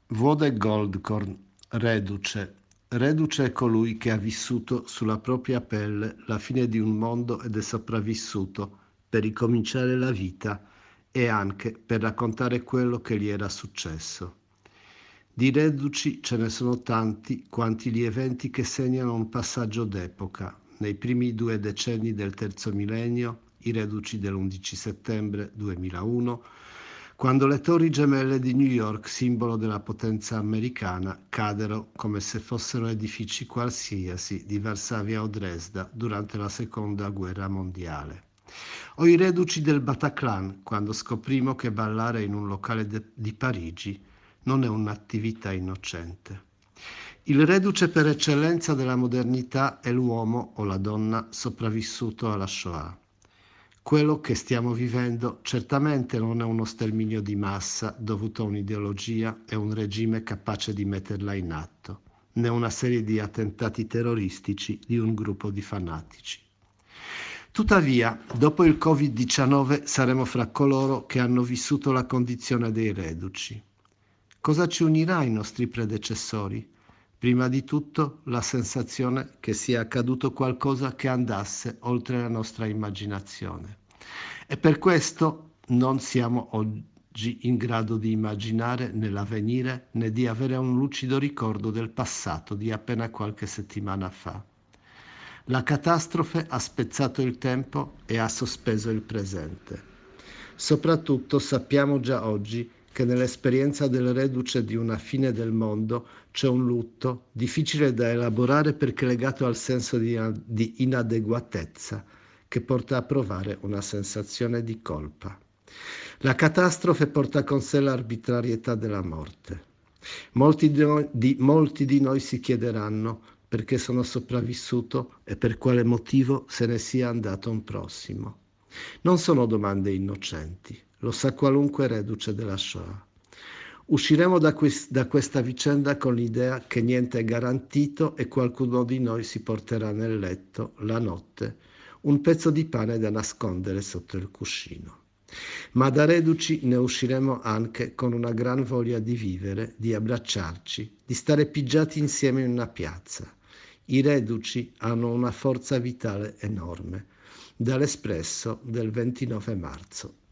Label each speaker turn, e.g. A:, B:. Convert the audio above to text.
A: Wode Goldkorn, reduce. Reduce è colui che ha vissuto sulla propria pelle la fine di un mondo ed è sopravvissuto per ricominciare la vita e anche per raccontare quello che gli era successo. Di reduci ce ne sono tanti quanti gli eventi che segnano un passaggio d'epoca. Nei primi 2 decenni del terzo millennio, i reduci dell'11 settembre 2001, quando le torri gemelle di New York, simbolo della potenza americana, cadero come se fossero edifici qualsiasi di Varsavia o Dresda durante la seconda guerra mondiale. O i reduci del Bataclan, quando scoprimo che ballare in un locale di Parigi non è un'attività innocente. Il reduce per eccellenza della modernità è l'uomo o la donna sopravvissuto alla Shoah. Quello che stiamo vivendo certamente non è uno sterminio di massa dovuto a un'ideologia e un regime capace di metterla in atto, né una serie di attentati terroristici di un gruppo di fanatici. Tuttavia, dopo il Covid-19 saremo fra coloro che hanno vissuto la condizione dei reduci. Cosa ci unirà ai nostri predecessori? Prima di tutto la sensazione che sia accaduto qualcosa che andasse oltre la nostra immaginazione. E per questo non siamo oggi in grado di immaginare nell'avvenire né di avere un lucido ricordo del passato di appena qualche settimana fa. La catastrofe ha spezzato il tempo e ha sospeso il presente. Soprattutto sappiamo già oggi che nell'esperienza del reduce di una fine del mondo c'è un lutto difficile da elaborare perché legato al senso di inadeguatezza che porta a provare una sensazione di colpa. La catastrofe porta con sé l'arbitrarietà della morte. Molti di noi si chiederanno perché sono sopravvissuto e per quale motivo se ne sia andato un prossimo. Non sono domande innocenti, lo sa qualunque reduce della Shoah. Usciremo da questa vicenda con l'idea che niente è garantito e qualcuno di noi si porterà nel letto, la notte, un pezzo di pane da nascondere sotto il cuscino. Ma da reduci ne usciremo anche con una gran voglia di vivere, di abbracciarci, di stare pigiati insieme in una piazza. I reduci hanno una forza vitale enorme, dall'Espresso del 29 marzo.